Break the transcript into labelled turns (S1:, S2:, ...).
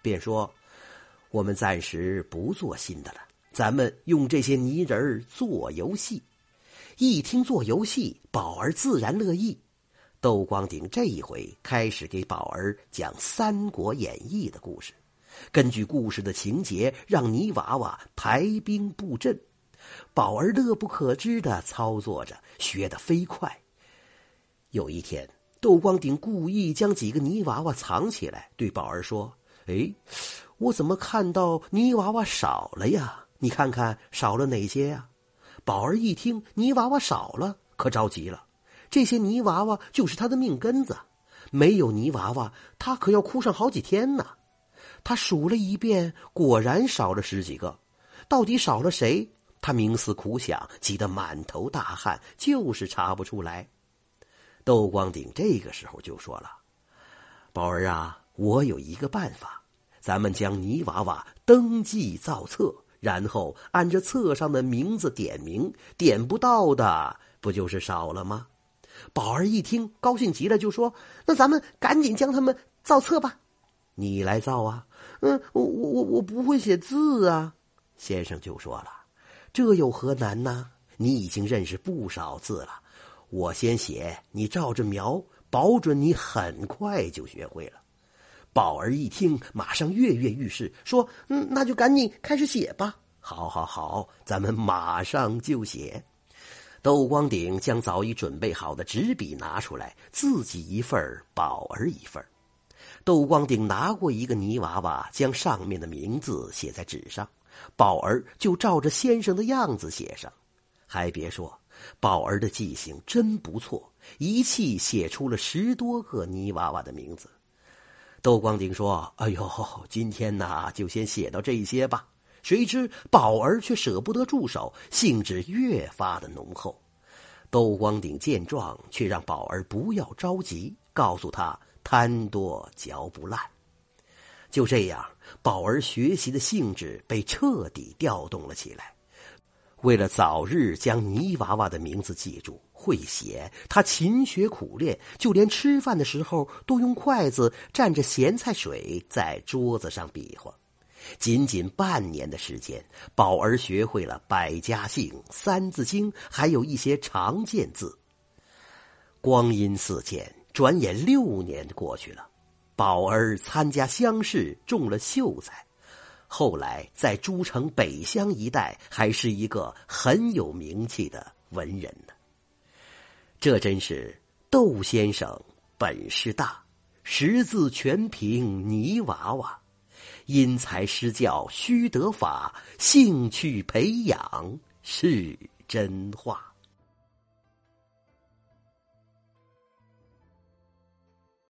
S1: 便说：“我们暂时不做新的了，咱们用这些泥人做游戏。”一听做游戏，宝儿自然乐意。窦光鼎这一回开始给宝儿讲《三国演义》的故事，根据故事的情节，让泥娃娃排兵布阵。宝儿乐不可支地操作着，学得飞快。有一天，窦光鼎故意将几个泥娃娃藏起来，对宝儿说：“哎，我怎么看到泥娃娃少了呀？你看看少了哪些呀？”宝儿一听泥娃娃少了，可着急了。这些泥娃娃就是他的命根子，没有泥娃娃，他可要哭上好几天呢。他数了一遍，果然少了10几个。到底少了谁？他冥思苦想，急得满头大汗，就是查不出来。窦光鼎这个时候就说了：“宝儿啊，我有一个办法，咱们将泥娃娃登记造册，然后按着册上的名字点名，点不到的不就是少了吗？”宝儿一听高兴极了，就说：“那咱们赶紧将他们造册吧。”“你来造啊？”“我不会写字啊。”先生就说了：“这有何难呢？你已经认识不少字了，我先写，你照着描，保准你很快就学会了。”宝儿一听，马上跃跃欲试，说：“那就赶紧开始写吧。”“好，咱们马上就写。”窦光鼎将早已准备好的纸笔拿出来，自己一份，宝儿一份。窦光鼎拿过一个泥娃娃，将上面的名字写在纸上，宝儿就照着先生的样子写上。还别说，宝儿的记性真不错，一气写出了10多个泥娃娃的名字。窦光鼎说：“哎呦，今天呢，就先写到这些吧。”谁知宝儿却舍不得住手，兴致越发的浓厚。窦光鼎见状，却让宝儿不要着急，告诉他贪多嚼不烂。就这样，宝儿学习的兴致被彻底调动了起来。为了早日将泥娃娃的名字记住会写，他勤学苦练，就连吃饭的时候都用筷子蘸着咸菜水在桌子上比划。仅仅半年的时间，宝儿学会了百家姓、三字经，还有一些常见字。光阴似箭，转眼6年过去了。宝儿参加乡试，中了秀才，后来在诸城北乡一带还是一个很有名气的文人呢。这真是窦先生本事大，识字全凭泥娃娃。因材施教须得法，兴趣培养是真话。